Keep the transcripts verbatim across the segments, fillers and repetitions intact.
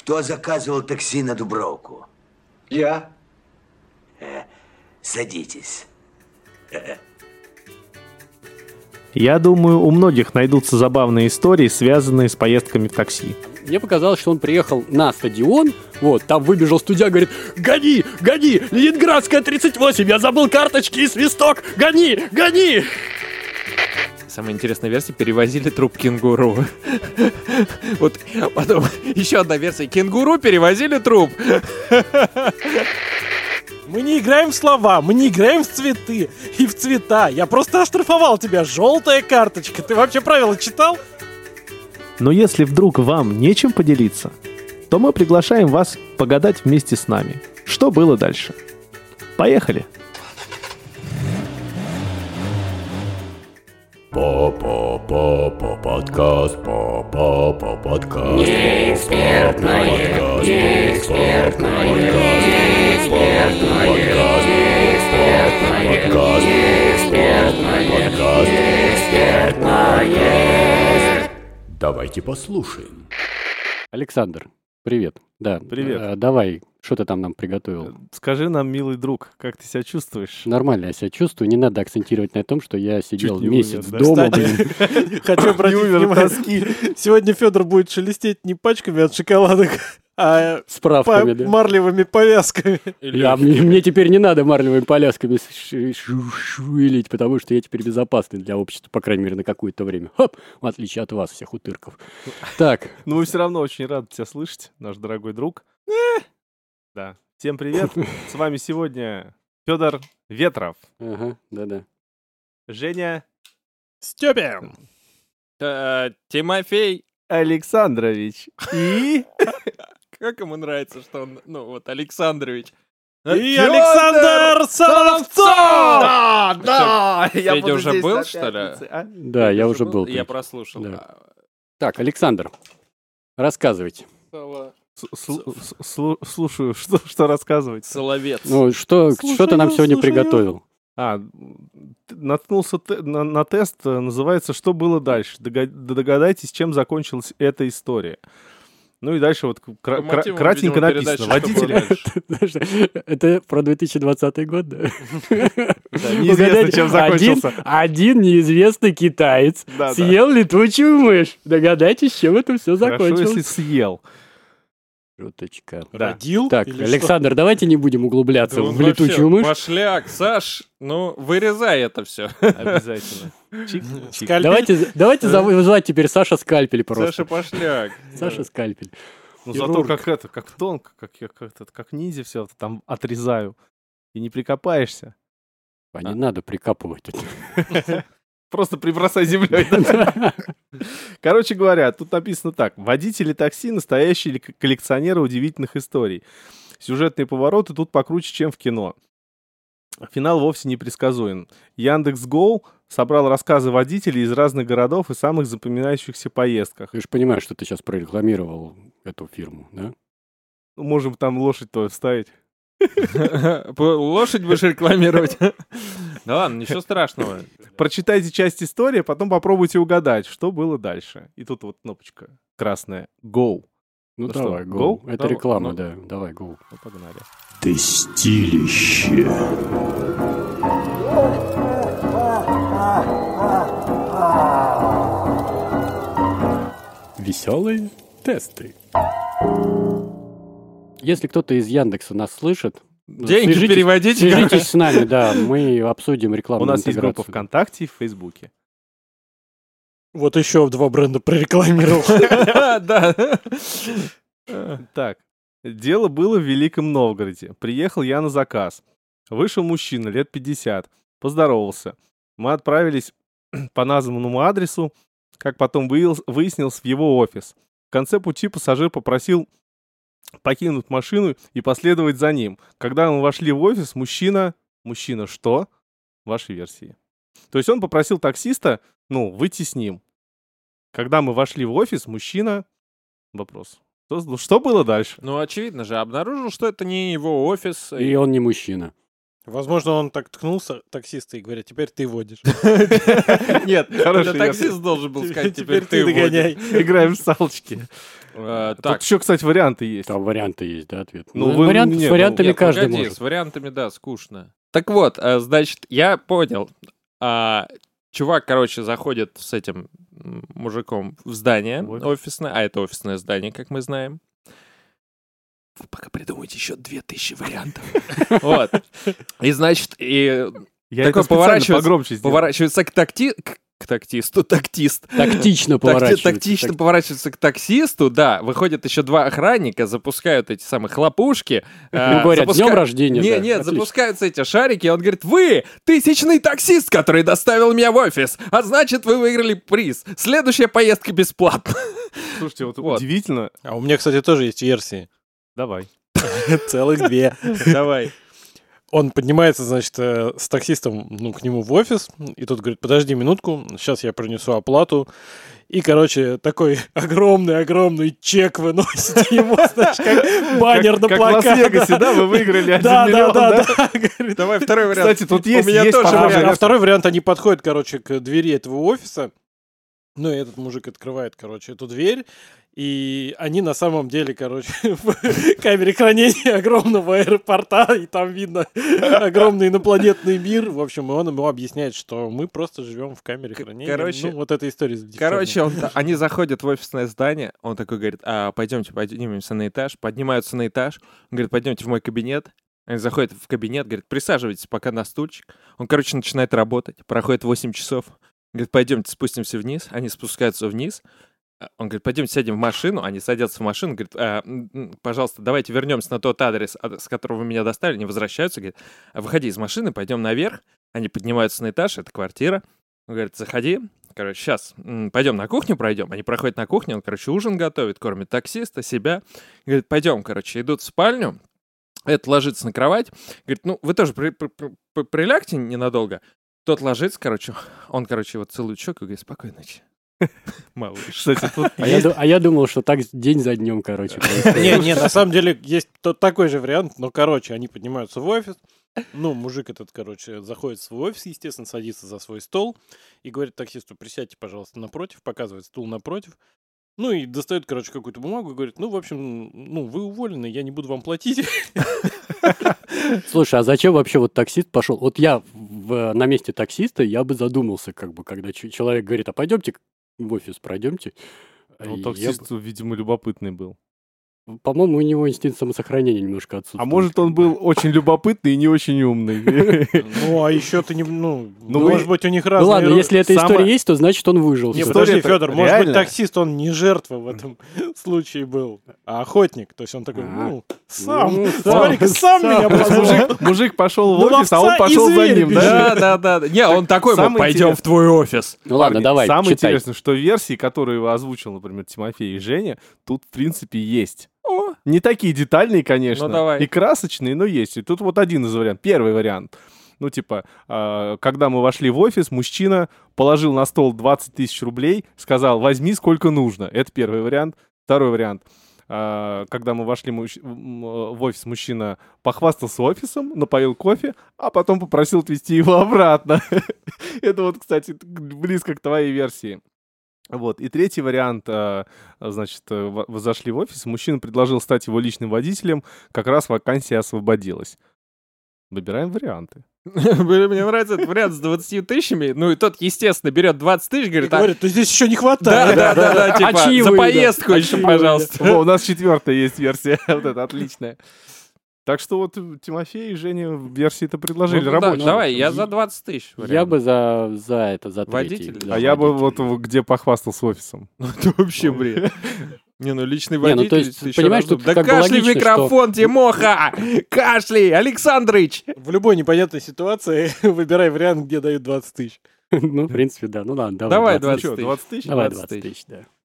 Кто заказывал такси на Дубровку? Я. Э, садитесь. Я думаю, у многих найдутся забавные истории, связанные с поездками в такси. Мне показалось, что он приехал на стадион, вот, там выбежал студия, говорит: гони, гони, Ленинградская тридцать восемь, я забыл карточки и свисток, гони, гони! Самая интересная версия — перевозили труп кенгуру. Вот потом еще одна версия: кенгуру перевозили труп. Мы не играем в слова, мы не играем в цветы и в цвета. Я просто оштрафовал тебя. Желтая карточка. Ты вообще правила читал? Но если вдруг вам нечем поделиться, то мы приглашаем вас погадать вместе с нами. Что было дальше? Поехали! По-по-по-по подкаст, по-по-по подкаст. Неэкспертное, неэкспертное, неэкспертное, неэкспертное, неэкспертное, неэкспертное. Давайте послушаем. Александр, привет. Да, Привет. э, давай, что ты там нам приготовил? Скажи нам, милый друг, как ты себя чувствуешь? Нормально я себя чувствую, не надо акцентировать на том, что я сидел Чуть не месяц умер, да? дома, Кстати, блин. хочу обратить внимание. Сегодня Федор будет шелестеть не пачками от шоколадок, а Справками, по- да. марлевыми повязками. Я, мне, мне теперь не надо марлевыми повязками ш- ш- шевелить, потому что я теперь безопасный для общества, по крайней мере, на какое-то время. Хоп! В отличие от вас, всех утырков. Так, Ну, мы все равно очень рады тебя слышать, наш дорогой друг. Да. Всем привет. С вами сегодня Федор Ветров, ага, да-да. Женя Степе! Э, Тимофей. Александрович и... Как ему нравится, что он, ну вот, Александрович. И Александр Соловцов! Да, да! я Федя буду уже здесь был, на что ли? пятнице, а? Да, я уже был. Я тут. прослушал. Да. Так, Александр, рассказывайте. А, С- сл- с- слу- Слушаю, что что рассказывать. Соловец. Ну, что, Слушаю, что ты нам сегодня слушаю. приготовил? А, т- наткнулся те- на, на тест, э, называется «Что было дальше?». Дога- Догадайтесь, чем закончилась эта история. Ну и дальше вот кра- По кра- мотивам, кратенько видимо, передачи написано. «Что было Водители... дальше?». Это про две тысячи двадцатый год, да? неизвестно, Угадайте, чем закончился. Один, один неизвестный китаец Да, да. съел летучую мышь. Догадайтесь, чем это все Хорошо, если закончилось. съел. Шуточка. Да. Родил? Так, Или Александр, давайте не будем углубляться Да в он вообще летучую мышь. Пошляк, Саш, ну вырезай это все. Обязательно. Чик, что? чик. Скальпель? Давайте, давайте зав- звать теперь Саша Скальпель просто. Саша Пошляк. Саша Скальпель. Ну зато хирург. как это, как тонко, как я как-то, как ниндзя все там отрезаю. И не прикопаешься. А не надо прикапывать это. Просто прибросай землей. Короче говоря, тут написано так. Водители такси — настоящие ли- коллекционеры удивительных историй. Сюжетные повороты тут покруче, чем в кино. Финал вовсе не предсказуем. Яндекс.Гоу собрал рассказы водителей из разных городов и самых запоминающихся поездках. Ты же понимаешь, что ты сейчас прорекламировал эту фирму, да? Ну, можем там лошадь-то вставить. Лошадь будешь рекламировать? Да ладно, ничего страшного. Прочитайте часть истории, а потом попробуйте угадать, что было дальше. И тут вот кнопочка красная. Go. Ну, Ну что, давай, go? гоу. Это Давай, реклама, ну. да. Давай, гоу. Ну, погнали. Тестилище. Веселые тесты. Если кто-то из Яндекса нас слышит, Деньги свяжитесь- переводите. свяжитесь с нами, да, мы обсудим рекламу. У нас есть группа ВКонтакте и в Фейсбуке. Вот еще два бренда прорекламировал. Да. Так, дело было в Великом Новгороде. Приехал я на заказ. Вышел мужчина, лет пятьдесят. Поздоровался. Мы отправились по названному адресу, как потом выяс- выяснилось, в его офис. В конце пути пассажир попросил покинуть машину и последовать за ним. Когда мы вошли в офис, мужчина... Мужчина что? Ваши версии. То есть он попросил таксиста, ну, выйти с ним. Когда мы вошли в офис, мужчина... Вопрос. Что, что было дальше? Ну, очевидно же, обнаружил, что это не его офис. И он не мужчина. Возможно, он так ткнулся таксиста и говорит, теперь ты водишь. Нет, Хорошая это таксист должен был сказать, Теперь теперь ты ты догоняй. Играем в салочки. водишь. Тут Так, еще, кстати, варианты есть. Там варианты есть, да, ответ? Ну, Ну, вы- варианты, нет, с ну, вариантами нет, каждый погоди, может. с вариантами, да, скучно. Так вот, а, значит, я понял. А, Чувак, короче, заходит с этим м, мужиком в здание В офис. офисное, а это офисное здание, как мы знаем. Вы пока придумайте еще две тысячи вариантов. Вот. И, значит, и Я Такой это специально поворачивается- погромче сделал. поворачивается к такти... к- К тактисту, тактист. Тактично Такти- поворачивается. Тактично Так- поворачивается к таксисту, да. Выходят еще два охранника, запускают эти самые хлопушки. Ну, э, говорят, запуска- днем рождения. Не, да, нет, отлично. запускаются эти шарики, и он говорит, вы тысячный таксист, который доставил меня в офис, а значит, вы выиграли приз. Следующая поездка бесплатна. Слушайте, вот, Вот. удивительно. А у меня, кстати, тоже есть версии. Давай. Целых две. Давай. Он поднимается, значит, э, с таксистом, ну, к нему в офис, и тот говорит, подожди минутку, сейчас я принесу оплату. И, короче, такой огромный-огромный чек выносит ему, знаешь, как баннер на Как в плакат. Лас-Вегасе, да, вы выиграли один Да, да, миллион, да, да? да. Говорит, Давай второй вариант. Кстати, тут У есть, меня есть тоже похожая вариант. А версия. второй вариант, они подходят, короче, к двери этого офиса, ну, и этот мужик открывает, короче, эту дверь, и они на самом деле, короче, в камере хранения огромного аэропорта, и там видно огромный инопланетный мир. В общем, и он ему объясняет, что мы просто живем в камере хранения. короче- ну, вот эта история с девчонкой. Короче, он, они заходят в офисное здание, он такой говорит, а, пойдемте, поднимемся на этаж, поднимаются на этаж, он говорит, пойдемте в мой кабинет. Они заходят в кабинет, говорит, присаживайтесь пока на стульчик. Он, короче, начинает работать, проходит восемь часов. Говорит, пойдемте спустимся вниз. Они спускаются вниз. Он говорит, пойдемте сядем в машину. Они садятся в машину. Говорит, «А, м, м, пожалуйста, давайте вернемся на тот адрес, ад- с которого вы меня доставили. Они возвращаются. Говорит, «А выходи из машины, пойдем наверх. Они поднимаются на этаж, это квартира. Он говорит, заходи. Короче, сейчас пойдем на кухню пройдем. Они проходят на кухню, он, короче, ужин готовит, кормит таксиста, себя. Говорит, пойдем, короче, идут в спальню. Этот ложится на кровать. Говорит, ну, вы тоже при- при- при- прилягте ненадолго. Тот ложится, короче, он, короче, вот целует щеку и говорит, спокойной ночи. Малыш. Кстати, тут А я, ду- а я думал, что так день за днем, короче. происходит. Не, не, на самом деле есть тот такой же вариант, но, короче, они поднимаются в офис, ну, мужик этот, короче, заходит в свой офис, естественно, садится за свой стол и говорит таксисту, присядьте, пожалуйста, напротив, показывает стул напротив, ну, и достает, короче, какую-то бумагу и говорит, ну, в общем, ну, вы уволены, я не буду вам платить. Слушай, а зачем вообще вот таксист пошел? Вот я в- на месте таксиста, я бы задумался, как бы, когда ч- человек говорит, а пойдемте в офис, пройдемте. ну, Я таксист, видимо, любопытный был. бы- По-моему, у него инстинкт самосохранения немножко отсутствует. А может, он был очень любопытный и не очень умный. Ну, а еще ты не, ну, Ну, может вы- быть, у них Ну разные... ладно, ро- если эта самое- история есть, то значит он выжил. Не, всё. подожди, История-то Федор, может быть, реально. таксист, он не жертва в этом случае был, а охотник. То есть он такой, А. ну, сам, Ну, смотри-ка, сам, сам меня То есть позвал. мужик, мужик пошел в На офис, а он ловца и пошел за зверь ним, бежит. да? Да, да, да. Не, он такой, мол, самое пойдем интересное- в твой офис. Ну ладно, Парни, давай, Самое читай. интересное, что версии, которые озвучил, например, Тимофей и Женя, тут, в принципе, есть. О, Не такие детальные, конечно, Ну, давай. и красочные, но есть. И тут вот один из вариантов. Первый вариант. Ну, типа, а, когда мы вошли в офис, мужчина положил на стол двадцать тысяч рублей, сказал, возьми сколько нужно. Это первый вариант. Второй вариант. А, Когда мы вошли мужч- м, в офис, мужчина похвастался офисом, напоил кофе, а потом попросил отвезти его обратно. Это вот, кстати, близко к твоей версии. Вот. И третий вариант, а, значит, э, в- вы зашли в офис, мужчина предложил стать его личным водителем, как раз вакансия освободилась. Выбираем варианты. Блин, мне нравится этот вариант с двадцатью тысячами. Ну и тот, естественно, берет двадцать тысяч, И говорит, а... говорит, ну здесь еще не Да, хватает. да, да, да, типа, за чаевые, да. поездку А еще, чаевые, пожалуйста. Во, у нас четвертая есть версия, вот это отличная. Так что вот Тимофей и Женя в версии-то предложили Ну, да, рабочую. давай, я за двадцать тысяч. Я бы за, за это, за третий. Водитель? да, А я бы водитель. вот в- где похвастался офисом. Это вообще бред. Не, ну личный Не, ну, водитель. то есть, ты еще понимаешь, раз- тут Да как бы кашляй в логично, микрофон, Тимоха! Кашляй, Александрыч! В любой непонятной ситуации выбирай вариант, где дают двадцать тысяч. Ну, в принципе, да. Ну ладно, давай. Давай Ну двадцать что, тысяч. двадцать тысяч? Давай двадцать двадцать тысяч. тысяч, да.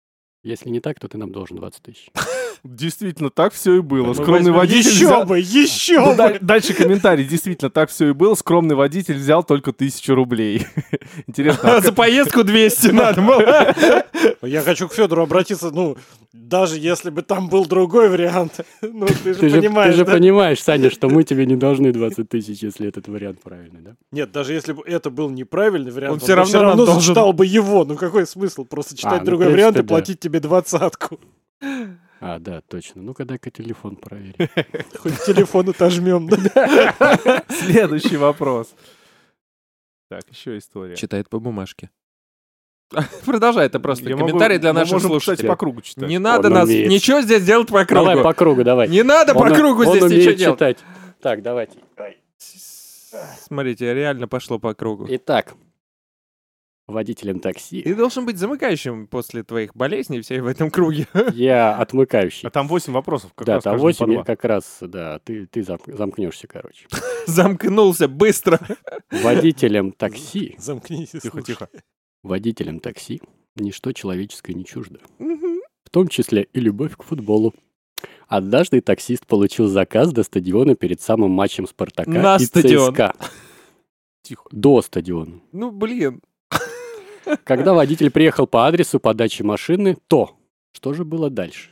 Если не так, то ты нам должен двадцать тысяч. Действительно, так все и было. Мы Скромный возьмем водитель Еще взял... бы, еще Ну, бы! да- Дальше комментарий. Действительно, так все и было. Скромный водитель взял только тысячу рублей. Интересно. а За поездку двести надо было. Я хочу к Федору обратиться, ну, даже если бы там был другой вариант. Ну, ты же Ты же, понимаешь, ты же да? понимаешь, Саня, что мы тебе не должны двадцать тысяч, если этот вариант правильный, да? Нет, даже если бы это был неправильный вариант, Он он, всё бы равно всё нам равно должен- зачитал бы его. Ну, какой смысл просто читать А, ну, другой в вариант и принципе, да. платить тебе двадцатку? А, да, точно. Ну-ка, дай-ка телефон проверим. Хоть телефон отожмем, да? Следующий вопрос. Так, еще история. Читает по бумажке. Продолжай, это просто Я могу- комментарий для мы наших можем, кстати, слушателей. по кругу читать. Не надо Он нас... умеет. Ничего здесь делать по кругу. Давай по кругу, давай. Не надо по Он- кругу он здесь ничего умеет делать. читать. Так, давайте. Смотрите, реально пошло по кругу. Итак, водителем такси Ты должен быть замыкающим после твоих болезней всей в этом круге. я отмыкающий. А там восемь вопросов. Как Да, раз там каждому по восемь, я два. как раз, да, ты, ты зам- замкнешься, короче. Замкнулся быстро. Водителем такси, Замкнись и Тихо, слушай. тихо. водителем такси ничто человеческое не чуждо. В том числе и любовь к футболу. Однажды таксист получил заказ до стадиона перед самым матчем Спартака На и стадион. ЦСКА. Тихо. До стадиона. Ну, блин. Когда водитель приехал по адресу подачи машины, то что же было дальше?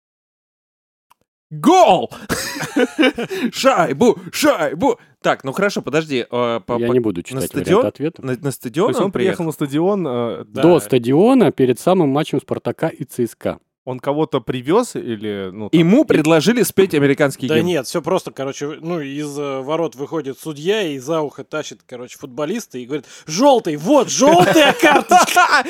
Гол! Шайбу, шайбу! Так, ну хорошо, подожди. э, по- Я по- не буду читать стадион? вариант ответа. На, на То стадион есть он приехал на стадион, э, Да. До стадиона перед самым матчем Спартака и ЦСКА. он кого-то привез или... Ну, там- Ему предложили спеть американский Да гимн. нет, все просто, короче, ну, из э, ворот выходит судья и за ухо тащит, короче, футболиста и говорит: желтый, вот, желтая карточка!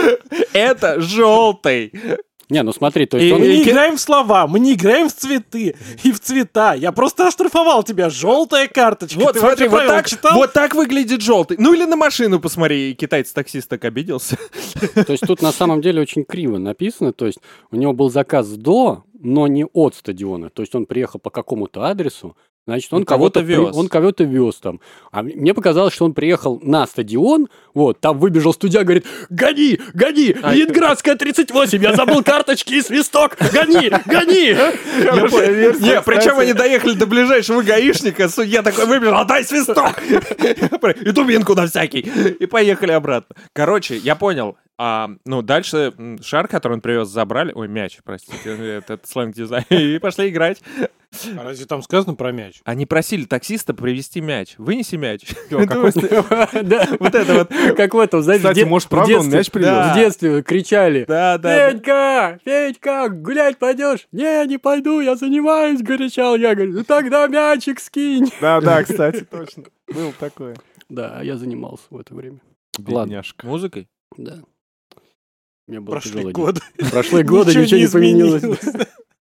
Это желтый. Не, ну смотри, то есть И- он... Мы не ки- играем в слова, мы не играем в цветы и в цвета. Я просто оштрафовал тебя. Желтая карточка. Вот Ты смотри, вообще вот правила так, читал? вот так выглядит желтый. Ну или на машину посмотри, китаец-таксист так обиделся. То есть тут на самом деле очень криво написано. То есть у него был заказ до, но не от стадиона. То есть он приехал по какому-то адресу, значит, он, Он кого-то при- вез. Он кого-то вез там. А м- мне показалось, что он приехал на стадион, вот, там выбежал судья, говорит: гони, гони, А- Ленинградская тридцать восемь, я забыл карточки и свисток, гони, гони. Я понял. Не, причем они доехали до ближайшего гаишника, судья такой выбежал: отдай свисток! И дубинку на всякий. И поехали обратно. Короче, я понял. А, ну, дальше м, шар, который он привез, забрали. Ой, мяч, простите, это, это сленг-дизайн. И пошли играть. А разве там сказано про мяч? Они просили таксиста привезти мяч. Вынеси мяч. какой Да, Вот это вот. как в этом, знаешь, в Кстати, де- может, в правда он детстве- мяч привез? Да. В детстве кричали: Да, да. Федька, Федька, гулять пойдешь? Не, не пойду, я занимаюсь, горячал. Я говорю: ну тогда мячик скинь. Да, да, кстати, точно. Было такое. Да, я занимался в это время. Ладно. Бедняжка. Музыкой? Да. Мне было Прошли тяжело. годы. Прошли годы, Ничего ничего не не поменялось. изменилось.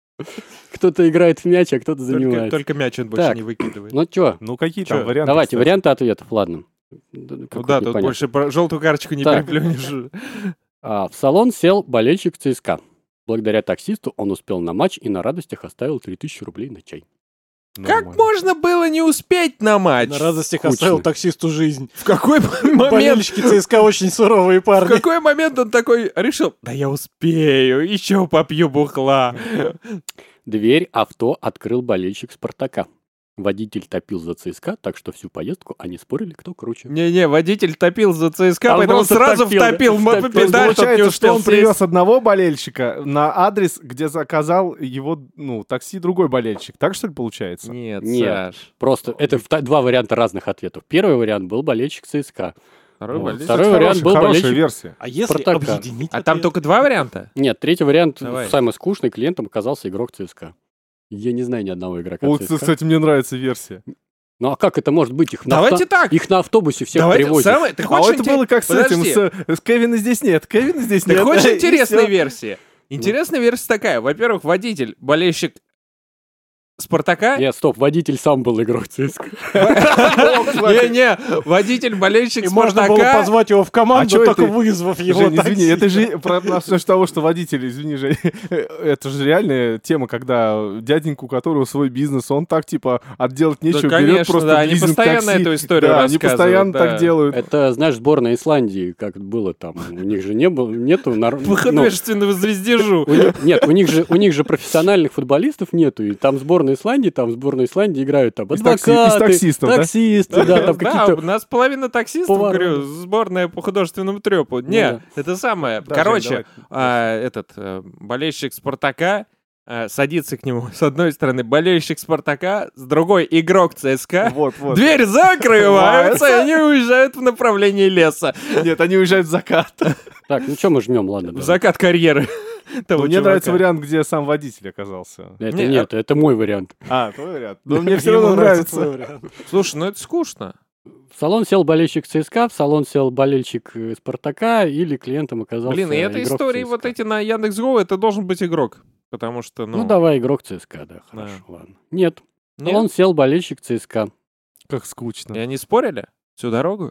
Кто-то играет в мяч, а кто-то Только, занимается. только мяч он больше Так. не выкидывает. Ну чё, Ну, какие Чё? там варианты? давайте, кстати? варианты ответов, ладно. Да, Ну какой-то да, тут непонятный. больше про желтую карточку не Так. переплюнешь. А, в салон сел болельщик ЦСКА. Благодаря таксисту он успел на матч и на радостях оставил три тысячи рублей на чай. Как Нормально. можно было не успеть на матч? На радостях Скучно. оставил таксисту жизнь. В какой момент? Болельщики ЦСКА очень суровые В парни. какой момент он такой решил: да я успею, еще попью бухла. Дверь авто открыл болельщик Спартака. Водитель топил за ЦСКА, так что всю поездку они спорили, кто круче. Не-не, водитель топил за ЦСКА, А поэтому он просто сразу топил, да, втопил м- втопил. То есть педаль, чтоб не получается, что успел он сесть. привез одного болельщика на адрес, где заказал его, ну, такси другой болельщик. Так, что ли, получается? Нет, Нет. Саш. Просто это вта- два варианта разных ответов. Первый вариант был болельщик ЦСКА. Второй Вот. болельщик. Второй вариант был Хорошая болельщик. версия. А если Спартака. объединить А там ответ? только два варианта? Нет, третий вариант, Давай. самый скучный, клиентом оказался игрок ЦСКА. Я не знаю ни одного игрока Вот, ЦСКА. кстати, мне нравится версия. Ну а как это может быть? Их на, Давайте авто- так. их на автобусе всех Давайте привозят. самое- Ты А хочешь вот это интерес- было как с этим, Подожди. с, с Кевина здесь нет, Кевина здесь Ты нет. хочешь И интересной всё. версии? Интересная версия такая. Во-первых, водитель, болельщик Спартака? Нет, стоп, водитель сам был игрок ЦСКА. Не-не, водитель, болельщик И можно было Спартака. позвать его в А команду, чё только это? вызвав его Жень, извини, такси. это же про насчет того, что водитель, извини, Жень, это же реальная тема, когда дяденьку, у которого свой бизнес, он так, типа, отделать Да, нечего, берет конечно, просто да, они лизинг постоянно такси. эту историю Да, они рассказывают, постоянно да. так делают. Это, знаешь, сборная Исландии, как было там. У них же не было, нету... нар- По ну, художественному звездежу. у них- Нет, у них же у них же профессиональных футболистов нету. И там сборная Исландии, там в сборной Исландии играют там Из такси- из адвокаты, таксистов, да? таксисты, да, там Да, какие-то... у нас половина таксистов, повара. говорю, сборная по художественному трепу. Не, да. это самое. Да, Короче, Жень, а, этот э, болельщик Спартака а, садится к нему. С одной стороны болельщик Спартака, с другой игрок ЦСКА. Вот, вот. Дверь закрывается, и они уезжают в направлении леса. Нет, они уезжают в закат. Так, ну что мы жмем, ладно. В давай. закат карьеры. того Мне чувака. нравится вариант, где сам водитель оказался. Это Не, нет, это мой вариант. А, твой вариант. Но мне все Ему равно нравится твой нравится. вариант. Слушай, ну это скучно. В салон сел болельщик ЦСКА, в салон сел болельщик э, Спартака, или клиентом оказался Блин, и эта игрок история, ЦСКА. вот эти на Яндекс.Го, это должен быть игрок. Потому что, ну... Ну, давай игрок ЦСКА, да, хорошо, ладно. Нет, в нет? салон сел болельщик ЦСКА. Как скучно. И они спорили всю дорогу?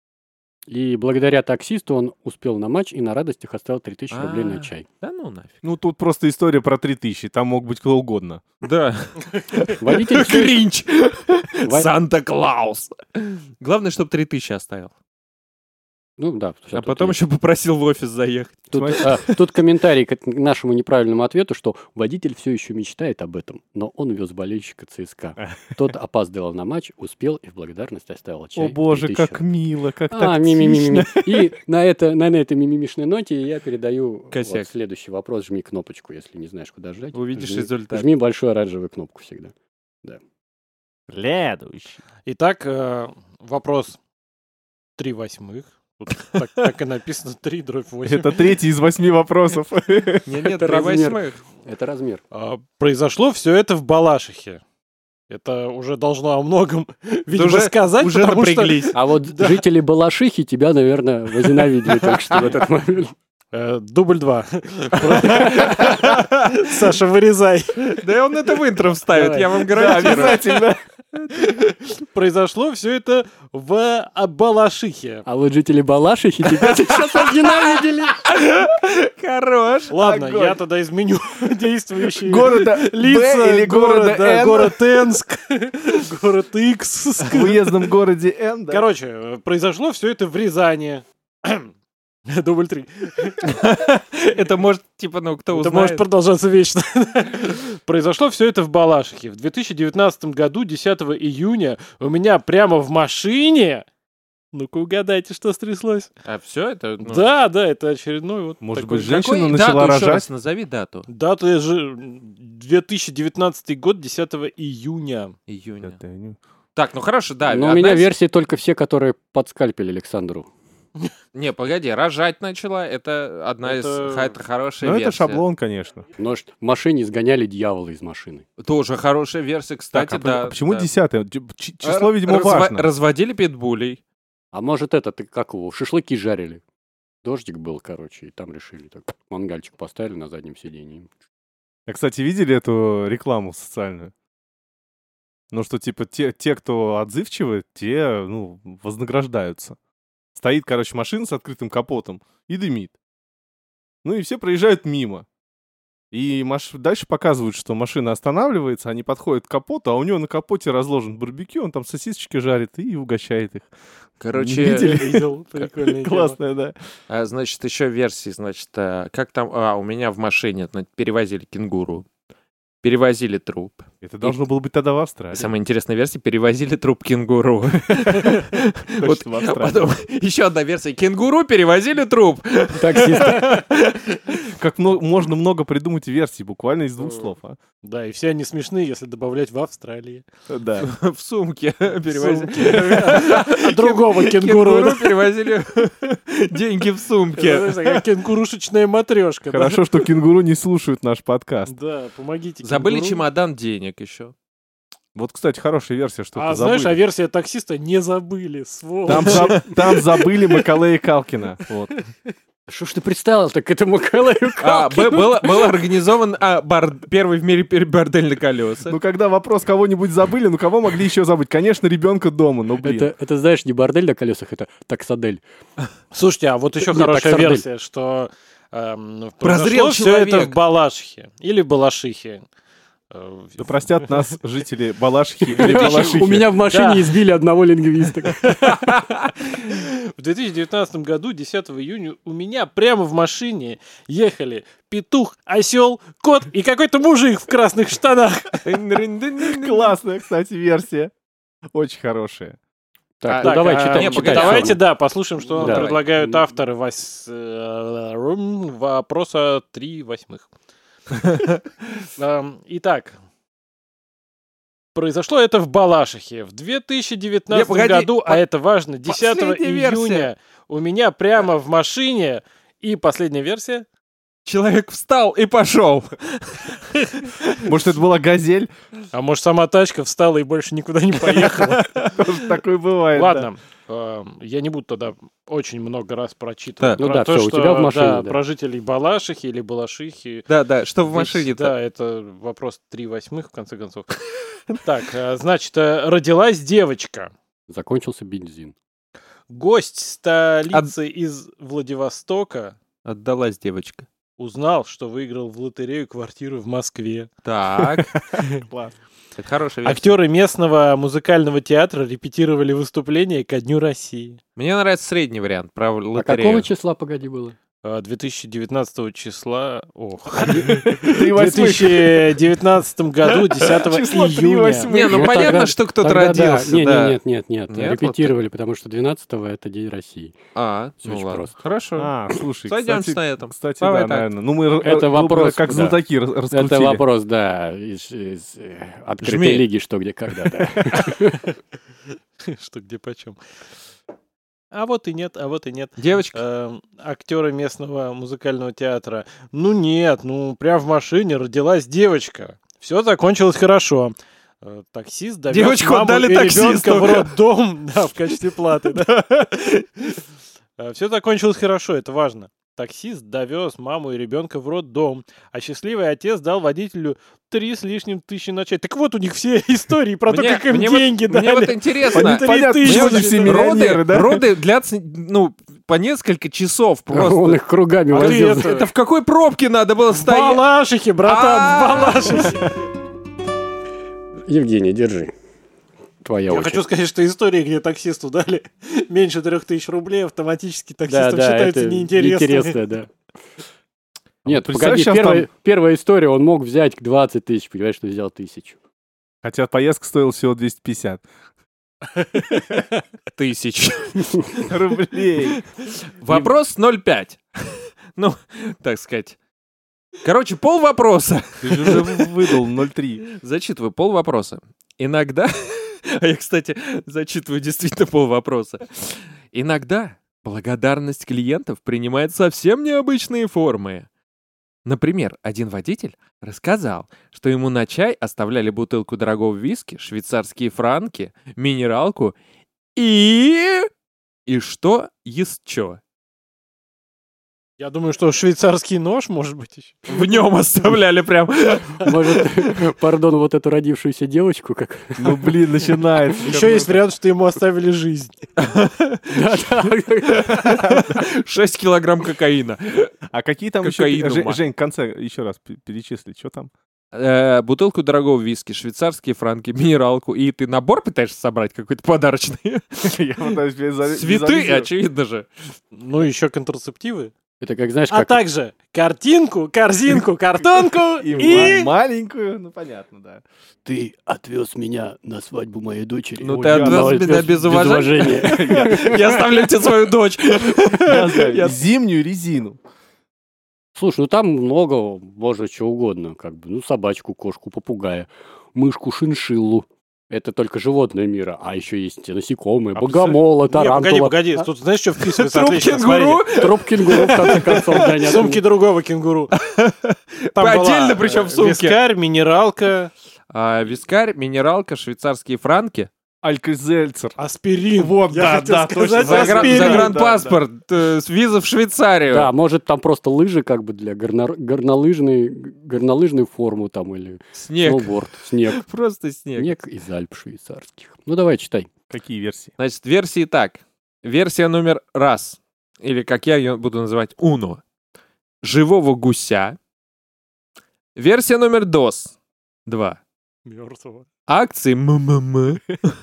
И благодаря таксисту он успел на матч и на радостях оставил три тысячи рублей на А. чай. Да ну нафиг. Ну, тут просто история про три тысячи. Там мог быть кто угодно. Да. Водитель всё- Гринч. Во- Санта-Клаус. Главное, чтобы три тысячи оставил. Ну да. всё А тут потом есть. еще попросил в офис заехать. Тут, а, тут комментарий к нашему неправильному ответу, что водитель все еще мечтает об этом, но он вез болельщика ЦСКА. Тот опаздывал на матч, успел и в благодарность оставил чай. О боже, три тысячи. как мило, как А, тактично. ми-ми-ми-ми. И на, это, на, на этой мимимишной ноте я передаю Косяк. вот следующий вопрос. Жми кнопочку, если не знаешь, куда жать. Увидишь жми, результат. Жми большую оранжевую кнопку всегда. Следующий. Итак, э, вопрос три восьмых. Тут так, так и написано три дробь восемь. Это третий из восьми вопросов. Нет, нет, Это три размер. восьмых. Это размер. А, произошло все это в Балашихе. Это уже должно о многом, видимо, уже- сказать, Уже потому что напряглись. А вот жители Балашихи тебя, наверное, возненавидели только что в этот момент. Э, дубль два. Саша, вырезай. Да он это в интро вставит, Давай. я вам Да, гарантирую. обязательно. Произошло все это в Балашихе. А вот жители Балашихи тебя сейчас возненавидели. Хорош. Ладно, Огонь. я тогда изменю действующие Города лица. Б или города да, Н? город Энск, город Икс. В уездном городе Н, да? Короче, э, произошло все это в Рязани. Дубль три. Это может, типа, ну, кто Это узнает. может продолжаться вечно. Произошло все это в Балашихе. В две тысячи девятнадцатом году, десятого июня, у меня прямо в машине... Ну-ка угадайте, что стряслось. А все это? ну, Да, да, это очередной вот Может такой- быть, женщина какой- начала дату еще раз рожать? назови дату. Дата же две тысячи девятнадцатый год, десятого июня. Июня. Это не- Так, ну хорошо, да. Но у одна меня из- версии только все, которые подскальпили Александру. Не, погоди, рожать начала, это одна Это- из... ха- Это хорошая Ну, версия. это шаблон, конечно. Но ж- в машине сгоняли дьявола из машины. Тоже хорошая версия, кстати, Так, а да. по- почему да. десятое? Ч- ч- Число, Р- видимо, разва- важно. Разводили питбулей. А может это, ты как его, шашлыки жарили? Дождик был, короче, и там решили так мангальчик поставили на заднем сиденье. А, кстати, видели эту рекламу социальную? Ну, что, типа, те, те, кто отзывчивы, те, ну, вознаграждаются. Стоит, короче, машина с открытым капотом и дымит. Ну, и все проезжают мимо. И маш... дальше показывают, что машина останавливается, они подходят к капоту, а у него на капоте разложен барбекю, он там сосисочки жарит и угощает их. Короче, Видели? Видел, прикольная тема. Классная, да. а, значит, еще версии, значит, а, как там... А, у меня в машине ну, перевозили кенгуру. Перевозили труп. Это должно было быть тогда в Австралии. Самая интересная версия — перевозили труп кенгуру. Вот Точно, в Австралии. потом еще одна версия. Кенгуру перевозили труп. Таксист. Как мно- можно много придумать версий, буквально из двух слов, а? Да, и все они смешные, если добавлять в Австралии. Да. В сумке перевозили. А другого кенгуру. Кенгуру перевозили деньги в сумке. Это, знаешь, такая кенгурушечная матрешка. да. Хорошо, что кенгуру не слушают наш подкаст. Да, помогите Забыли кенгуру. чемодан денег еще. Вот, кстати, хорошая версия, что А знаешь, а версия таксиста не забыли, сволочь. Там, за- там забыли Макалея Калкина. Вот. Что ж ты представил-то к этому Калаю А, б- был, был организован а, бар- первый в мире пер- бордель на колесах. Ну, когда вопрос, кого-нибудь забыли, ну, кого могли еще забыть? Конечно, ребенка дома, ну, блин. Это, это, знаешь, не бордель на колесах, это таксадель. Слушайте, а вот еще Нет, хорошая так сардель. версия, что эм, Прозрел произошло все это человек. в Балашихе или Балашихе. Э, Да простят нас жители Балашихи или Балашихи. У меня в машине Да. избили одного лингвиста. В две тысячи девятнадцатом году, десятого июня, у меня прямо в машине ехали петух, осел, кот и какой-то мужик в красных штанах. Классная, кстати, версия. Очень хорошая. Так, Так, ну давай, а, читай, не, читай. погоди, Давайте, Сёма. да, послушаем, что нам Да. предлагают Давай. авторы вось- э, рум, вопроса три восьмых. Эм, Итак, произошло это в Балашихе в две тысячи девятнадцатом Не, погоди, году, а по- это важно, десятого последняя версия. июня у меня прямо в машине, и последняя версия, Человек встал и пошел. Может, это была газель? а может сама тачка встала и больше никуда не поехала. Тоже такое бывает. да. Ладно, эм, я не буду тогда очень много раз прочитывать. Так. Ну про да, то, всё, у что, тебя в машине, да, да. про жителей Балашихи или Балашихи. Да, да, что в Здесь, машине-то? Да, это вопрос три восьмых, в конце концов. Так, э, значит, э, родилась девочка. Закончился бензин. Гость столицы из Владивостока Отдалась девочка. узнал, что выиграл в лотерею квартиру в Москве. Так, Класс. это хорошая версия. Актеры местного музыкального театра репетировали выступление ко Дню России. Мне нравится средний вариант про А лотерею. какого числа, погоди, было? Э, две тысячи девятнадцатого числа... Ох. Три В две восьмых. тысячи девятнадцатом году, десятого Число три июня. восьмых. Не, ну Вот понятно, тогда- что кто-то Тогда да. родился. Не, да. не, нет, нет, нет, Нет, репетировали, потому что двенадцатого это День России. А, Всё ну очень ладно. просто. Хорошо. А, слушай, Сойдемся кстати, на этом. Кстати, Давай да, так. наверное. Ну, мы р- Это р- грубо говоря, вопрос, как да. знатоки рас- раскрутили. Это вопрос, да, из, из, э, открытой Жми. лиги, что где когда, да. Что где почем. А вот и нет, а вот и нет. Девочка. Эм, актеры местного музыкального театра. Ну нет, ну прям в машине родилась девочка. Все закончилось хорошо. Э, Таксист довез Девочку маму отдали и ребенка таксисту. в роддом, да, в качестве платы. Все закончилось хорошо, это важно. Таксист довез маму и ребенка в роддом, а счастливый отец дал водителю три с лишним тысячи на чай. Так вот у них все истории про то, Мне- как им мне вот- деньги Мне вот дали. интересно. Три Понятно, тысячи. почему они все миллионеры, Роды, да? роды длятся, ну, по несколько часов Он просто. их кругами А ты возил. это- Это в какой пробке надо было В стоять? Балашихе, братан, А. в Балашихе. Евгений, держи. Твоя Я очередь. хочу сказать, что истории, где таксисту дали меньше трех тысяч рублей, автоматически Да, таксистам да, считаются это неинтересными. неинтересно, да. Нет, представь, погоди, щас первая, там- первая история, он мог взять двадцать тысяч, понимаешь, что взял тысячу. Хотя поездка стоила всего двести пятьдесят Тысяч. рублей. Вопрос ноль пять. Ну, так сказать. Короче, пол вопроса. Ты же уже выдал ноль три. Зачитываю пол вопроса. Иногда... А я, кстати, зачитываю действительно пол вопроса. Иногда благодарность клиентов принимает совсем необычные формы. Например, один водитель рассказал, что ему на чай оставляли бутылку дорогого виски, швейцарские франки, минералку и... И что еще? Я думаю, что швейцарский нож, может быть, еще. В нем оставляли прям... Может, пардон, вот эту родившуюся девочку, как... Ну, блин, начинается. Еще есть вариант, что ему оставили жизнь. шесть килограмм кокаина. А какие там еще... Кокаину, Жень, ма. Жень, в конце еще раз п- перечисли, что там? Э, бутылку дорогого виски, швейцарские франки, минералку. И ты набор пытаешься собрать какой-то подарочный? Я пытаюсь визуали- Цветы, визуализировать. очевидно же. Ну, еще контрацептивы. Это как, знаешь, А как... также картинку, корзинку, картонку И, и... ма- маленькую, ну понятно, да. Ты отвез меня на свадьбу моей дочери. Ну Ой, ты я отвез меня без уважения. уважения. Я оставлю тебе свою дочь. Я зимнюю резину. Слушай, ну там много, можно чего угодно. Как бы, ну, собачку, кошку, попугая, мышку, шиншиллу. Это только животное мира. А еще есть насекомые, А богомола, Не, погоди, тарантула. погоди, тут знаешь, что вписывается Труп отлично? кенгуру. Смотрите. Труп кенгуру, в конце концов, да, не Сумки другого кенгуру. Там Отдельно, была, причем э, в сумке. Вискарь, минералка. А, вискарь, минералка, швейцарские франки, Алька-Зельцер. Аспирин. Вот, Я да, хотел да, сказать точно. загра- аспирин. загранпаспорт, э, с- виза в Швейцарию. Да, может, там просто лыжи как бы для горно- горнолыжной, горнолыжную форму там или Снег. сноуборд. Снег. Просто снег. Снег из Альп швейцарских. Ну, давай, читай. Какие версии? Значит, версии так. Версия номер раз, или как я ее буду называть, уно. Живого гуся. Версия номер дос. Два. Мертвого. Акции МММ.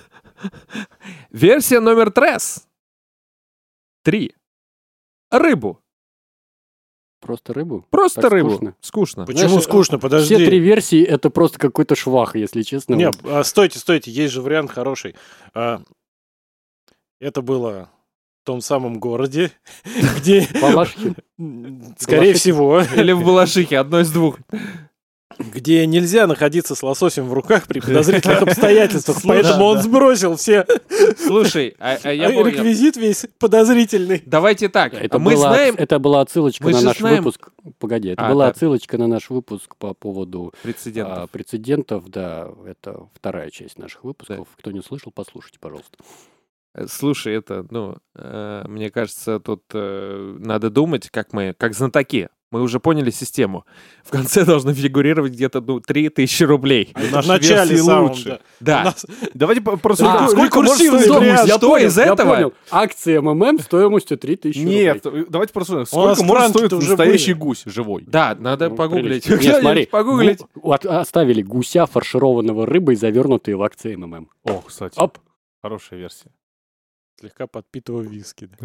Версия номер трес. Три. Рыбу. Просто рыбу? Просто Так рыбу. скучно. Скучно. Почему Знаешь, скучно? Подожди. Все три версии — это просто какой-то швах, если честно. Не, Вот. а, стойте, стойте, есть же вариант хороший. А, это было в том самом городе, где, Балашихи. скорее всего, Или в Балашихе, одно из двух. где нельзя находиться с лососем в руках при подозрительных обстоятельствах, поэтому он сбросил все Слушай, а, а я а, понял. реквизит весь подозрительный. Давайте так. Это, Мы была, знаем это была отсылочка Мы на же наш знаем- выпуск. Погоди, это А, была да. отсылочка на наш выпуск по поводу прецедентов. а, прецедентов. Да, это вторая часть наших выпусков. Кто не слышал, послушайте, пожалуйста. Э, Слушай, это, ну, э, мне кажется, тут э, надо думать, как мы, как знатоки. Мы уже поняли систему. В конце должно фигурировать где-то, ну, три тысячи рублей. В Наши начале версии самом, лучше. да. У Да. нас- Давайте по- просто... А, сколько может рекурсивный стоить вариант. гусь? Я что, из я этого? понял. Акция МММ стоимостью три тысячи Нет, рублей. давайте просто... У нас Сколько может франки-то стоить уже настоящий были. гусь живой? Да, надо Ну, погуглить. прилично. Нет, смотри, Погуглить. гу- от- оставили гуся, фаршированного рыбой, завернутые в акции МММ. О, кстати, Оп. хорошая версия. Слегка подпитого виски. да.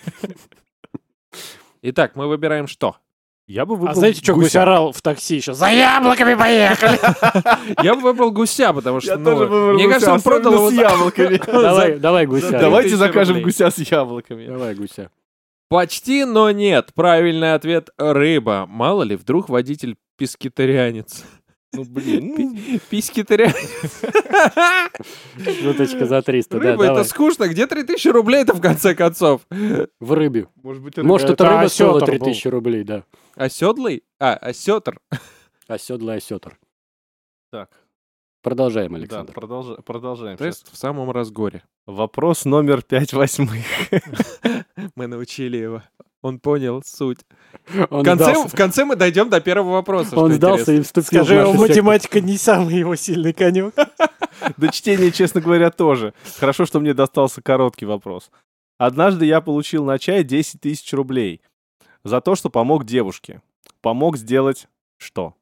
Итак, мы выбираем что? Я бы выбрал А знаете, что гусь гуся. орал в такси еще? За яблоками поехали! Я бы выбрал гуся, потому что, Я ну, тоже выбрал мне гуся, кажется, он особенно продал его с за- яблоками. Давай, давай гуся. Давайте тысячи закажем рублей. гуся с яблоками. Давай гуся. Почти, но нет. Правильный ответ — рыба. Мало ли, вдруг водитель пискетарианец. Ну, блин. ну, Пискетарианец. Шуточка за триста, да, Рыба — давай. это скучно. Где три тысячи рублей-то, в конце концов? В рыбе. Может быть, это... Может, это Это рыба стоила осётр три был. тысячи рублей, да. Оседлый? А, осетр. Оседлый осетр. Так, Продолжаем, да, Александр. продолжа- продолжаем. Тест Сейчас. в самом разгоре. Вопрос номер пять восьмых. Мы научили его. Он понял суть. Он В конце, сдался, в конце мы дойдем до первого вопроса. он что сдался интересно. и вступил Скажи, в а нашу секту. математика не самый его сильный конек. До чтения, честно говоря, тоже. Хорошо, что мне достался короткий вопрос. Однажды я получил на чай десять тысяч рублей за то, что помог девушке. Помог сделать что?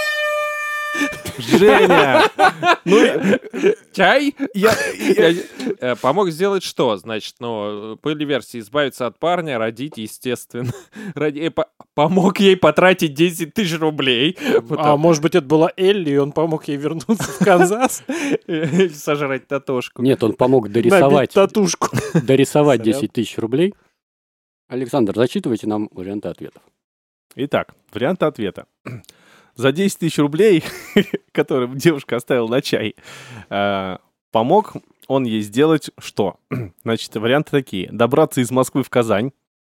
Женя! Ну, Чай? я... Я- э, Помог сделать что? Значит, ну, были версии: избавиться от парня, родить, естественно. Ради- э, по- Помог ей потратить десять тысяч рублей. А Потом может быть, это была Элли, и он помог ей вернуться в Канзас, сожрать татошку. Нет, он помог набить дорисовать, татушку. дорисовать Сорян. десять тысяч рублей. Александр, зачитывайте нам варианты ответов. Итак, варианты ответа. За десять тысяч рублей, которые девушка оставила на чай, э, помог он ей сделать что? Значит, варианты такие. Добраться из Москвы в Казань.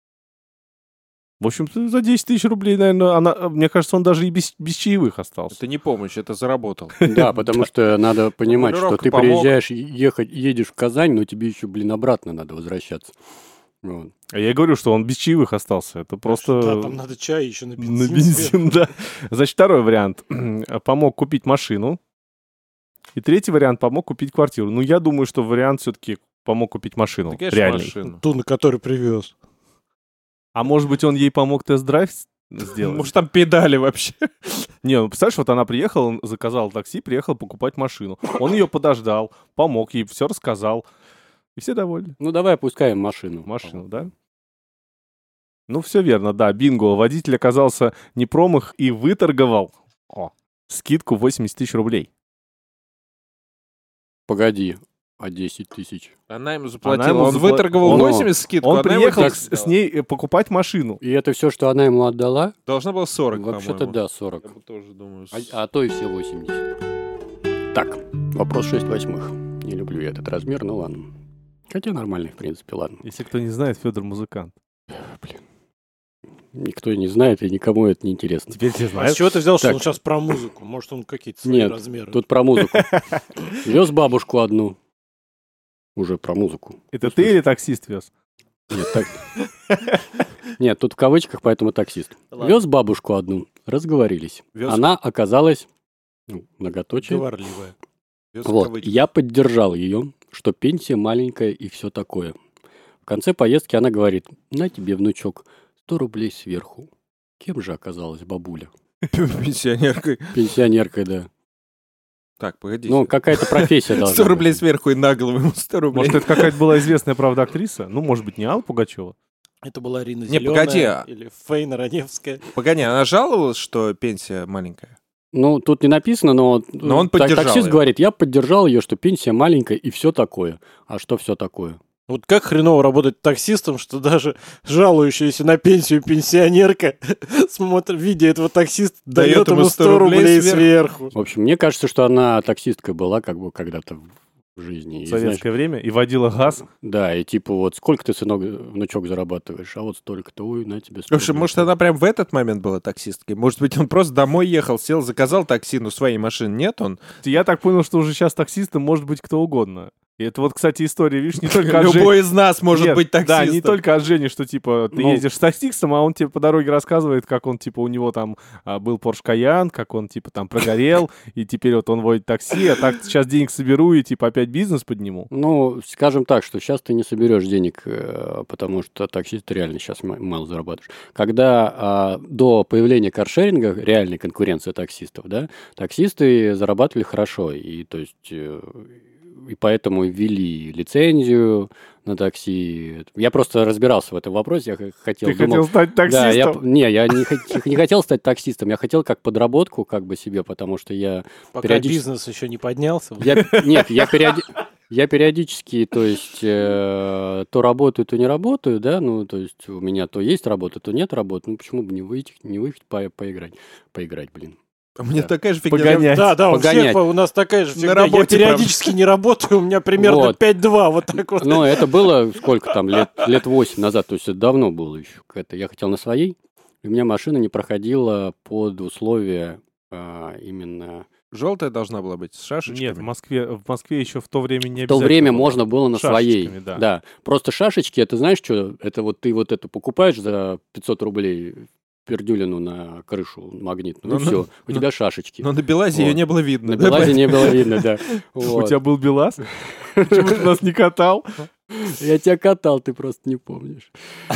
В общем-то, за десять тысяч рублей, наверное, она, мне кажется, он даже и без, без чаевых остался. Это не помощь, это заработал. Да, потому что надо понимать, что Формулировка ты помог. приезжаешь, ехать, едешь в Казань, но тебе еще, блин, обратно надо возвращаться. Вот. А я и говорю, что он без чаевых остался. Это просто... Да, там надо чай еще на бензин. На бензин, да. Значит, второй вариант. Помог купить машину. И третий вариант. Помог купить квартиру. Ну, я думаю, что вариант все-таки помог купить машину. Да, конечно, Реальный. машину. Ту, на который привез. А может быть, он ей помог тест-драйв с- сделать? Может, там педали вообще. Не, ну, представляешь, вот она приехала, он заказал такси, приехал покупать машину. Он ее подождал, помог ей, все рассказал. И все довольны. Ну, давай опускаем машину. Машину, да? Ну, все верно, да, бинго. Водитель оказался не промах и выторговал о, скидку восемьдесят тысяч рублей. Погоди, а десять тысяч? Она ему Она заплатила. ему Он запла- выторговал Он- восемьдесят скидку. Он она ему приехал десять с, дала. с ней э, покупать машину. И это все, что она ему отдала? Должна была сорок, Вообще-то по-моему. да, сорок. Я бы тоже думаю. А, а то и все восемьдесят. Так, вопрос шесть восьмых. Не люблю я этот размер, ну ладно. Хотя нормальный, в принципе, ладно. Если кто не знает, Федор музыкант. Никто не знает, и никому это не интересно. Теперь ты А с знаешь. чего ты взял, что Так. он сейчас про музыку? Может, он какие-то свои Нет, размеры? тут про музыку. Вез бабушку одну. Уже про музыку. Это ты или таксист вез? Нет, так... Нет, тут в кавычках, поэтому таксист. Ладно. Вез бабушку одну, разговорились. Вез- Она оказалась, ну, многоточие. Говорливая. Вез Вот, кавычки. я поддержал ее, что пенсия маленькая и все такое. В конце поездки она говорит: на тебе, внучок, сто рублей сверху. Кем же оказалась бабуля? Пенсионеркой. Пенсионеркой, да. Так, погоди. Ну, какая-то профессия должна сто быть. рублей сверху и на голову ему сто рублей. Может, это какая-то была известная, правда, актриса? Ну, может быть, не Алла Пугачева? Это была Рина Не, Зелёная погоди, а- или Фейна Раневская. Погоди, она жаловалась, что пенсия маленькая? Ну, тут не написано, но, Но он так- поддержал таксист её. говорит: я поддержал ее, что пенсия маленькая и все такое. А что все такое? Вот как хреново работать таксистом, что даже жалующаяся на пенсию пенсионерка, смотрит, видя этого таксиста, Дает дает ему ему сто сто рублей рублей сверху. сверху. В общем, мне кажется, что она таксисткой была как бы когда-то в жизни. И, В знаешь, советское время и водила газ. да, и типа вот сколько ты, сынок, внучок, зарабатываешь, а вот столько-то, ой, на тебе сто Слушай, рублей. может, она прям в этот момент была таксисткой? Может быть, он просто домой ехал, сел, заказал такси, но своей машины нет он? Я так понял, что уже сейчас таксистом может быть кто угодно. И это вот, кстати, история, видишь, не только от Жени. Любой из нас может Нет, быть таксистом. Да, не только от Жени, что, типа, ты Ну. ездишь с таксистом, а он тебе по дороге рассказывает, как он, типа, у него там а, был Porsche Cayenne, как он, типа, там прогорел, и теперь вот он водит такси, а так сейчас денег соберу и, типа, опять бизнес подниму. Ну, скажем так, что сейчас ты не соберешь денег, э, потому что таксист реально сейчас мало зарабатываешь. Когда а, до появления каршеринга, реальной конкуренции таксистов, да, таксисты зарабатывали хорошо, и то есть э, и поэтому ввели лицензию на такси. Я просто разбирался в этом вопросе, я х- хотел... Ты думал- хотел стать Да, я, таксистом? п- не, я не, хот- не хотел стать таксистом, я хотел как подработку как бы себе, потому что я Пока периодически- бизнес еще не поднялся. я, нет, я, периоди- я периодически, то есть, э, то работаю, то не работаю, да, ну, то есть, у меня то есть работа, то нет работы, ну, почему бы не выйти, не выйти по- поиграть, поиграть, блин. У меня Да. такая же фигня. Погонять. Да, да, у Погонять. всех у нас такая же На фигня. Я работе, периодически не работаю, у меня примерно Вот. пять-два, вот так вот. Ну, это было сколько там, лет, лет восемь назад, то есть, это давно было еще. Это я хотел на своей, и у меня машина не проходила под условия а, именно... Желтая должна была быть, с шашечками. Нет, в Москве, в Москве еще в то время не В то обязательно время было. можно было на своей. Шашечками, да. Просто шашечки, это знаешь что? Это вот ты вот эту покупаешь за пятьсот рублей пердюлину на крышу магнитную, Ну, и все, ну, у тебя шашечки. Но на Белазе Вот. ее не было видно. На да, Белазе не было видно, да. У Вот. тебя был БелАЗ? Почему ты нас не катал? Я тебя катал, ты просто не помнишь.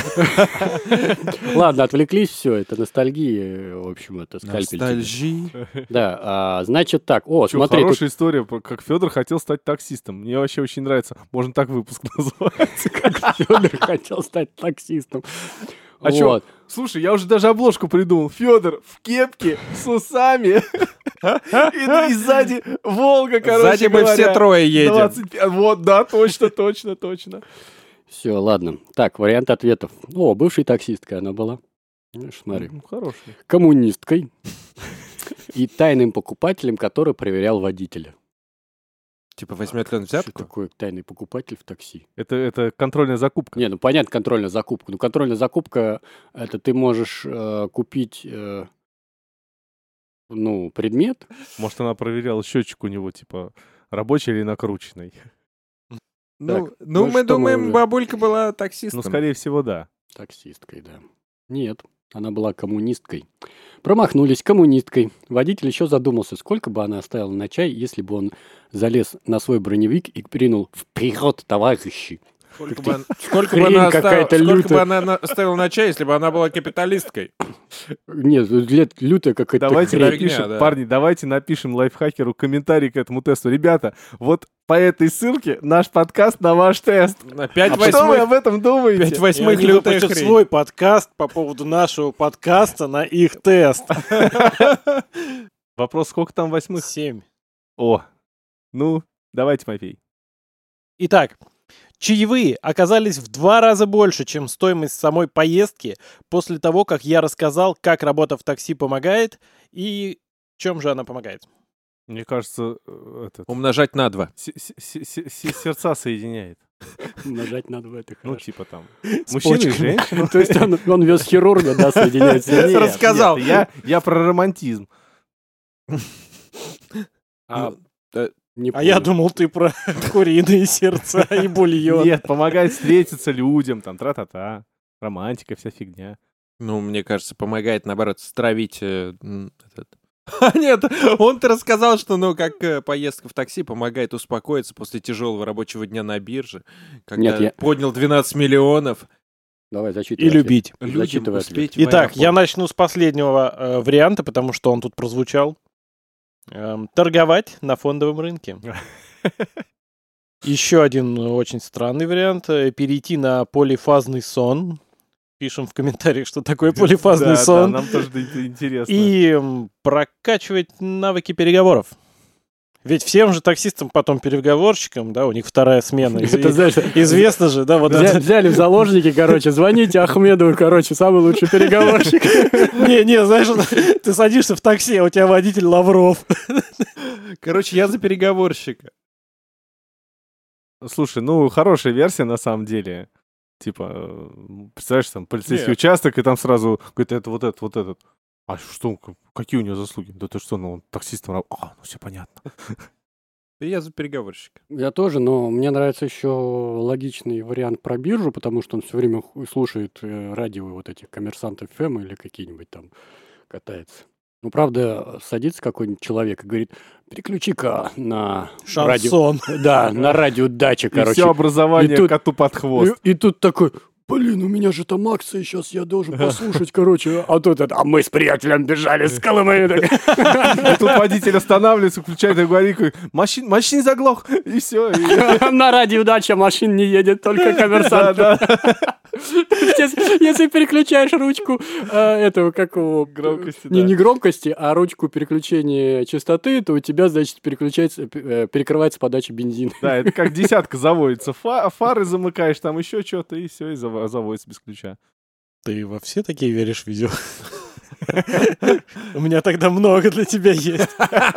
Ладно, отвлеклись, все, это ностальгия, в общем, это скальпель. Ностальжи. Да, а, значит так, о, Чё, смотри, тут хорошая история, про- как Федор хотел стать таксистом. Мне вообще очень нравится. Можно так выпуск называть. Федор хотел стать таксистом. А чё? Вот. Слушай, я уже даже обложку придумал. Федор в кепке с усами. И, и сзади Волга, короче Сзади мы говоря. все трое едем. двадцать пять Вот, да, точно, точно, точно. Все, ладно. Так, вариант ответов. О, бывшей таксисткой она была. Ну, смотри. Ну, хороший. Коммунисткой и тайным покупателем, который проверял водителя. Типа возьмет ли он Что взятку? такое тайный покупатель в такси? Это, это контрольная закупка. Не, ну понятно, контрольная закупка. Ну, контрольная закупка, это ты можешь э, купить, э, ну, предмет. Может, она проверяла счетчик у него, типа, рабочий или накрученный. Ну, Так, ну, ну мы что мы думаем, уже? бабулька была таксистом. Ну, скорее всего, да. Таксисткой, да. Нет, она была коммунисткой. Промахнулись коммунисткой. Водитель еще задумался, сколько бы она оставила на чай, если бы он залез на свой броневик и крикнул «Вперед, товарищи!». Сколько бы, она- Ты- сколько бы хрень она оставила, какая-то сколько бы лютая. она на- оставила на чай, если бы она была капиталисткой? Нет, лет- лютая какая-то Давайте хрень. фигня, напишем, да. парни, давайте напишем лайфхакеру комментарий к этому тесту. Ребята, вот по этой ссылке наш подкаст на ваш тест. На пять А что вы восьмых, об этом думаете? пять И восьмых они лютая выпустят хрень. свой подкаст по поводу нашего подкаста на их тест. Вопрос, сколько там восьмых? Семь. О, ну, давайте, Мафей. Итак, чаевые оказались в два раза больше, чем стоимость самой поездки после того, как я рассказал, как работа в такси помогает и чем же она помогает. Мне кажется, э, этот, Умножать на два. се- се- се- се- се- сердца соединяет. Нажать надо в это. Ну, хорошо. типа там. С Мужчина и почками. женщина. То есть он, он вез хирурга, да, соединяется. Нет, Рассказал. нет, Я, я про романтизм. А, э, не А я понял. думал, ты про куриные сердца и бульон. Нет, помогает встретиться людям, там, тра-та-та. Романтика, вся фигня. Ну, мне кажется, помогает, наоборот, стравить э, м, этот... А нет, он-то рассказал, что, ну, как э, поездка в такси помогает успокоиться после тяжелого рабочего дня на бирже, когда Нет, я- поднял двенадцать миллионов. Давай, зачитывай. И ответ. любить. Людям Зачитывай ответ. успеть в Итак, аэропорт. я начну с последнего э, варианта, потому что он тут прозвучал. Эм, торговать на фондовом рынке. Еще один очень странный вариант. э, Перейти на полифазный сон. Пишем в комментариях, что такое полифазный Да, да, сон. нам тоже это интересно. И м, прокачивать навыки переговоров. Ведь всем же таксистам, потом переговорщикам, да, у них вторая смена. Из- Это, знаешь, Известно же, да, вот взя- это. взяли в заложники, короче, звоните Ахмедову, короче, самый лучший переговорщик. Не, не, знаешь, ты садишься в такси, а у тебя водитель Лавров. Короче, я за переговорщика. Слушай, ну, хорошая версия на самом деле. Типа, э, представляешь, там полицейский Нет. участок, и там сразу говорит, это вот этот, вот этот. А что, к- какие у него заслуги? Да ты что, ну, он таксистом раб- А, ну все понятно. Да я за переговорщика. Я тоже, но мне нравится еще логичный вариант про биржу, потому что он все время ху- слушает э, радио вот этих коммерсантов эф эм или какие-нибудь там катается. Ну, правда, садится какой-нибудь человек и говорит, переключи-ка на радио. Шансон. Да, на радио дача, И короче. все образование И тут- коту под хвост. И, и тут такой, блин, у меня же там акции, сейчас я должен послушать, короче. А тут это, а мы с приятелем бежали с Колымы. И тут водитель останавливается, включает аварийку, машин, машин заглох, и все. На радио дача машин не едет, только коммерсант. Если если переключаешь ручку э, этого, как его... Громкости, Не, да. не громкости, а ручку переключения частоты, то у тебя, значит, переключается, э, перекрывается подача бензина. Да, это как десятка заводится. Фа- фары замыкаешь, там еще что-то, и все, и зав- заводится без ключа. Ты во все такие веришь видео? У меня тогда много для тебя есть.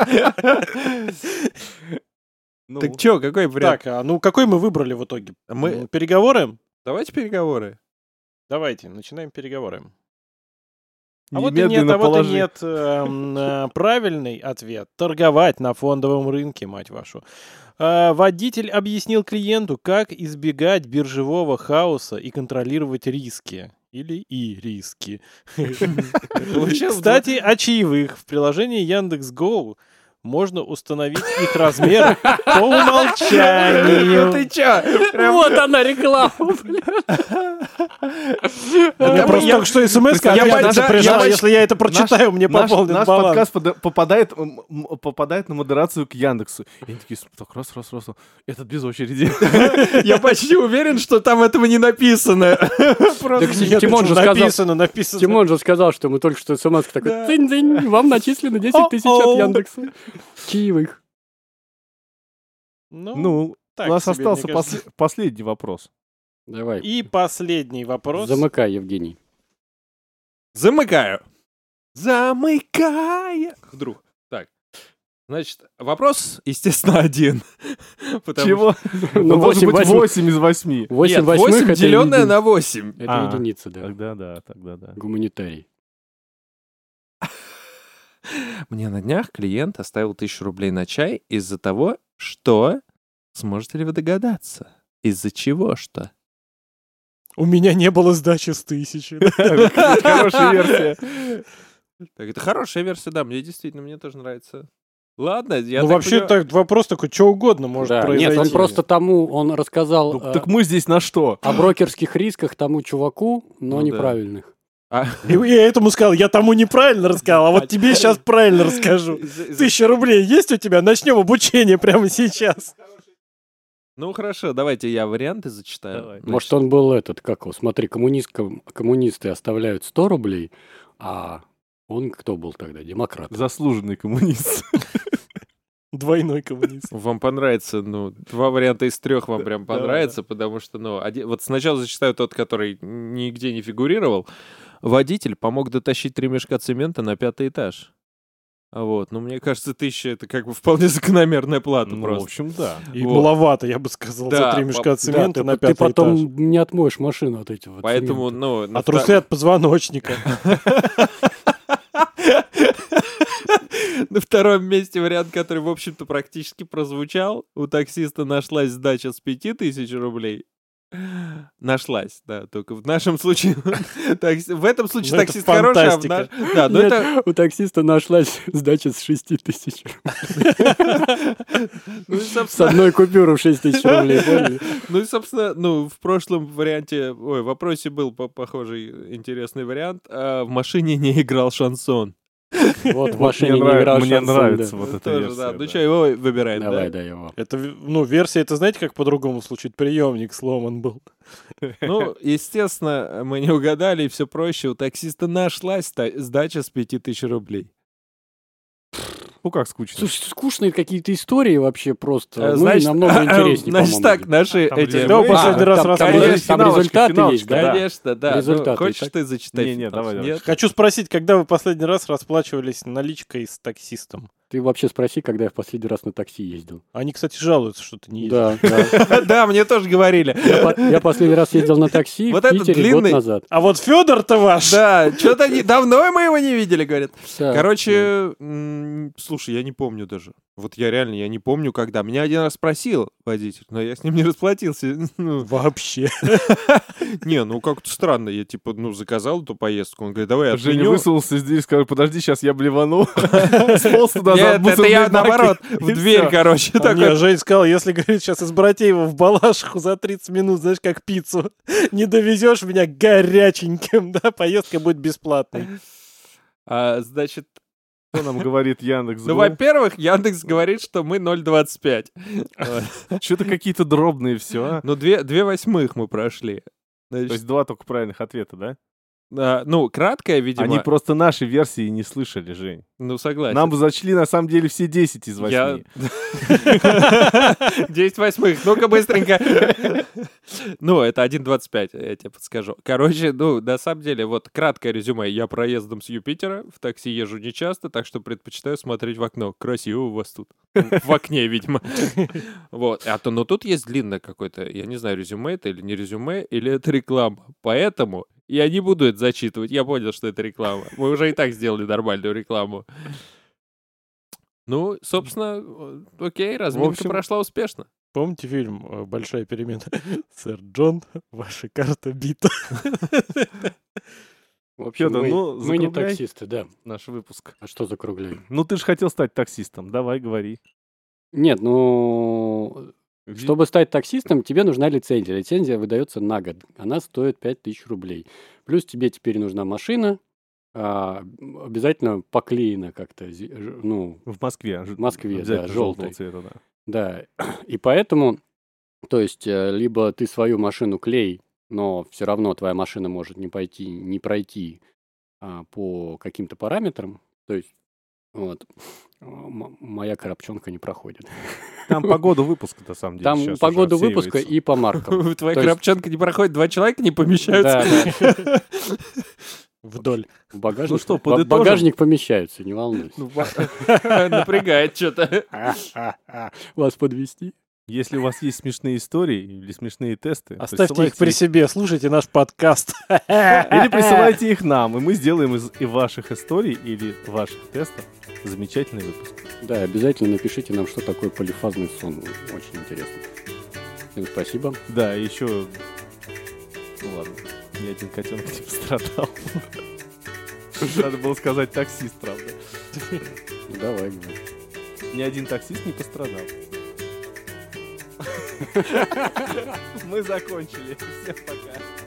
Ну, Так чё, какой вариант? Так, а ну какой мы выбрали в итоге? Мы... М, Переговоры? Давайте переговоры. Давайте, начинаем переговоры. А вот и немедленно нет, а вот и положи. нет. эм, э, Правильный ответ. Торговать на фондовом рынке, мать вашу. Э, Водитель объяснил клиенту, как избегать биржевого хаоса и контролировать риски. Или и риски. Кстати, о чаевых. В приложении Яндекс.Гоу можно установить их размер по умолчанию. Ты чё? Вот она реклама. Да мне просто я- только что смс я опять боюсь, наша да, пришла. я боюсь, Если я это прочитаю, мне Наш, пополнит наш баланс. подкаст пода- попадает, м, м, попадает на модерацию к Яндексу. И они такие, с- так, раз, раз, раз, этот без очереди. Я почти уверен, что там этого не написано. Просто- Так Нет, Тимон это же сказал, написано, написано. Тимон же сказал, что мы только что смс такой, Да. цинь-цинь, вам начислено десять тысяч от О-о. Яндекса. Чаевых. Ну, Ну, так у нас себе, остался мне кажется. после- последний вопрос. Давай, И последний вопрос. замыкай, Евгений. Замыкаю. Замыкая. Вдруг. Так. Значит, вопрос, естественно, один. Потому Чего? Ну, Ну, может восемь, быть, восемь. восемь из восьми. что- Восемь Нет, восьмых восемь это деленное еди- на восемь. Это А, единица, да. Тогда да, тогда да. Гуманитарий. Мне на днях клиент оставил тысячу рублей на чай из-за того, что... Сможете ли вы догадаться? Из-за чего что? У меня не было сдачи с тысячи. Хорошая версия. Так, это хорошая версия, да, мне действительно, мне тоже нравится. Ладно, я Ну так вообще понимаю- так вопрос такой, что угодно может Да, произойти. Нет, он просто тому, он рассказал Ну, э, так мы здесь на что? о брокерских рисках тому чуваку, но Ну да. неправильных. А, И я этому сказал, я тому неправильно рассказал, а вот тебе сейчас правильно расскажу. из-за- из-за- Тысяча рублей есть у тебя? Начнем обучение прямо сейчас. Ну хорошо, давайте я варианты зачитаю. Давай. Значит, Может, он был этот, как его, смотри, коммунисткам- коммунисты оставляют сто рублей, а он кто был тогда? Демократ. Заслуженный коммунист. Двойной коммунист. Вам понравится, ну, два варианта из трех вам прям Давай, понравится, потому что, ну, один- вот сначала зачитаю тот, который нигде не фигурировал. Водитель помог дотащить три мешка цемента на пятый этаж. Вот, ну, мне кажется, тысяча — это как бы вполне закономерная плата Ну, в просто. общем, да. И Вот. маловато, я бы сказал, Да, за три мешка по- цемента ты, на ты пятый потом этаж. не отмоешь машину от этого Поэтому, цемента. ну... на А втор- трусы от позвоночника. На втором месте вариант, который, в общем-то, практически прозвучал. У таксиста нашлась сдача с пяти тысяч рублей. Нашлась, да, только в нашем случае... такси- В этом случае Ну, это таксист хороший, а в фантастика. наш... Да, ну Нет, это... у таксиста нашлась сдача с шести тысяч. Ну, и, С собственно, одной купюры в шесть тысяч рублей, поняли? ну и, собственно, ну, в прошлом варианте, ой, в вопросе был по- похожий интересный вариант. А в машине не играл шансон. Вот в Вот машине мне не нрав- играл мне шансон, нравится да. вот эта Тоже, версия. да. Ну да. что, его выбирает, Давай, да? да, его. Это, ну, версия, это знаете, как по-другому случить? Приемник сломан был. Ну, естественно, мы не угадали, и все проще. У таксиста нашлась та- сдача с пяти тысяч рублей. Ну, как скучно. Слушай, скучные какие-то истории вообще просто. Э, Ну, и значит, намного интереснее, Значит по-моему, так, будет. наши Там эти... резюме Кто есть. последний А, раз там- рассказывал? там Там финалочка, результаты финалочка, есть, да? Конечно, да. Ну, Результаты. хочешь Итак- ты зачитать? Не-не, Финал? давай, давай. Нет? Хочу спросить, когда вы последний раз расплачивались наличкой с таксистом? Ты вообще спроси, когда я в последний раз на такси ездил. Они, кстати, жалуются, что ты не ездишь. Да, да. Да, мне тоже говорили. Я по- Я последний раз ездил на такси Вот в этот Питере год длинный- назад. А вот Федор-то ваш! Да, что-то не... давно мы его не видели, говорят. Да. Короче, м, слушай, я не помню даже. Вот я реально, я не помню, когда. Меня один раз спросил водитель, но я с ним не расплатился. Ну, Вообще. не, ну как-то странно. Я типа, ну, заказал эту поездку. Он говорит, давай я Женя отменю. высунулся из двери и сказал, подожди, сейчас я блевану. Сполз туда, Нет, забыл это я баки, наоборот, и в дверь, всё. короче, А мне такой. Жень сказал, если, говорит, сейчас из Братеева в Балашиху за тридцать минут, знаешь, как пиццу, не довезешь меня горяченьким, да, поездка будет бесплатной. А, значит, Что нам говорит Яндекс? ну, во-первых, Яндекс говорит, что мы ноль двадцать пять. Что-то какие-то дробные все. Ну, две, две восьмых мы прошли. То Значит, есть два только правильных ответа, да? а, ну, краткое, видимо. Они просто наши версии не слышали, Жень. Ну, согласен. Нам бы зачли на самом деле все десять из Я... восьми. десять восьмых. Ну-ка, быстренько. Ну, это один двадцать пять, я тебе подскажу. Короче, ну, на самом деле, вот краткое резюме. Я проездом с Юпитера, в такси езжу нечасто, так что предпочитаю смотреть в окно. Красиво у вас тут. В окне, видимо. Вот. А то, но тут есть длинное какое-то, я не знаю, резюме это или не резюме, или это реклама. Поэтому я не буду это зачитывать. Я понял, что это реклама. Мы уже и так сделали нормальную рекламу. Ну, собственно, окей, разминка общем- прошла успешно. Помните фильм э, «Большая перемена»? Сэр Джон, ваша карта бита. В общем, Фёдор, мы, ну, мы не закругляй. таксисты, да. Наш выпуск. А что закругляй? Ну, ты же хотел стать таксистом. Давай, говори. Нет, ну, чтобы стать таксистом, тебе нужна лицензия. Лицензия выдается на год. Она стоит пять тысяч рублей. Плюс тебе теперь нужна машина, а, обязательно поклеена как-то, зи- ж- ну, В Москве. В Москве, да, Обязательно желтого желтый. цвета, да. да. И поэтому, то есть, э, либо ты свою машину клей, но все равно твоя машина может не пойти, не пройти а, по каким-то параметрам. То есть, вот, м- моя коробчонка не проходит. Там по году выпуска, на самом деле. Там сейчас по уже году выпуска отсеивается. и по маркам. Твоя То есть- коробчонка не проходит, два человека не помещаются. Да, да. Вдоль. В багажник, Ну что, в подытожим? багажник помещаются, не волнуйся. Ну, напрягает что-то. Вас подвести? Если у вас есть смешные истории или смешные тесты, Оставьте их присылайте при себе, слушайте наш подкаст. Или присылайте их нам, и мы сделаем из и ваших историй или ваших тестов замечательный выпуск. Да, обязательно напишите нам, что такое полифазный сон. Очень интересно. Всем спасибо. Да, и еще... Ну ладно, ни один котенок не пострадал. Надо было сказать таксист, правда. Давай, говори. Ни один таксист не пострадал. Мы закончили. Всем пока.